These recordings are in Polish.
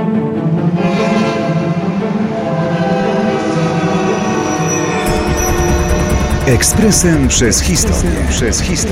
Ekspresem przez historię.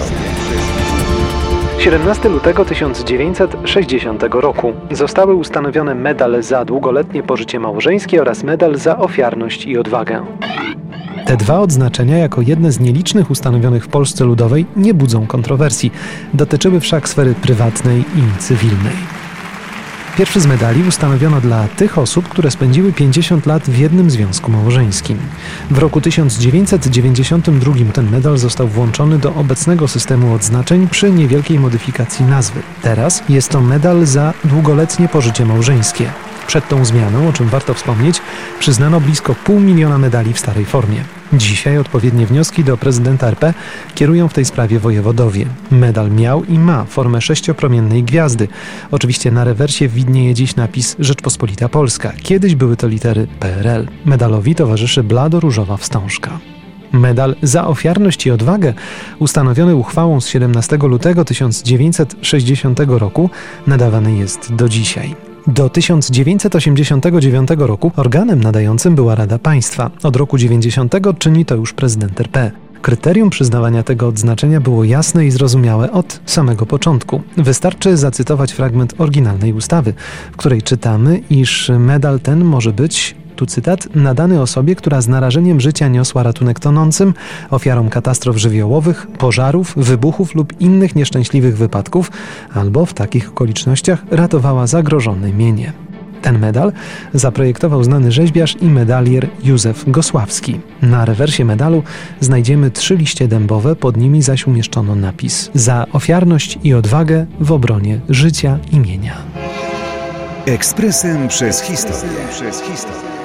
17 lutego 1960 roku zostały ustanowione medal za długoletnie pożycie małżeńskie oraz medal za ofiarność i odwagę. Te dwa odznaczenia, jako jedne z nielicznych ustanowionych w Polsce Ludowej, nie budzą kontrowersji. Dotyczyły wszak sfery prywatnej i cywilnej. Pierwszy z medali ustanowiono dla tych osób, które spędziły 50 lat w jednym związku małżeńskim. W roku 1992 ten medal został włączony do obecnego systemu odznaczeń przy niewielkiej modyfikacji nazwy. Teraz jest to medal za długoletnie pożycie małżeńskie. Przed tą zmianą, o czym warto wspomnieć, przyznano blisko 500 000 medali w starej formie. Dzisiaj odpowiednie wnioski do prezydenta RP kierują w tej sprawie wojewodowie. Medal miał i ma formę 6-promiennej gwiazdy. Oczywiście na rewersie widnieje dziś napis Rzeczpospolita Polska. Kiedyś były to litery PRL. Medalowi towarzyszy blado-różowa wstążka. Medal za ofiarność i odwagę, ustanowiony uchwałą z 17 lutego 1960 roku, nadawany jest do dzisiaj. Do 1989 roku organem nadającym była Rada Państwa. Od roku 90 czyni to już prezydent RP. Kryterium przyznawania tego odznaczenia było jasne i zrozumiałe od samego początku. Wystarczy zacytować fragment oryginalnej ustawy, w której czytamy, iż medal ten może być, tu cytat, nadany osobie, która z narażeniem życia niosła ratunek tonącym, ofiarom katastrof żywiołowych, pożarów, wybuchów lub innych nieszczęśliwych wypadków, albo w takich okolicznościach ratowała zagrożone mienie. Ten medal zaprojektował znany rzeźbiarz i medalier Józef Gosławski. Na rewersie medalu znajdziemy 3 liście dębowe, pod nimi zaś umieszczono napis: za ofiarność i odwagę w obronie życia i mienia. Ekspresem przez historię.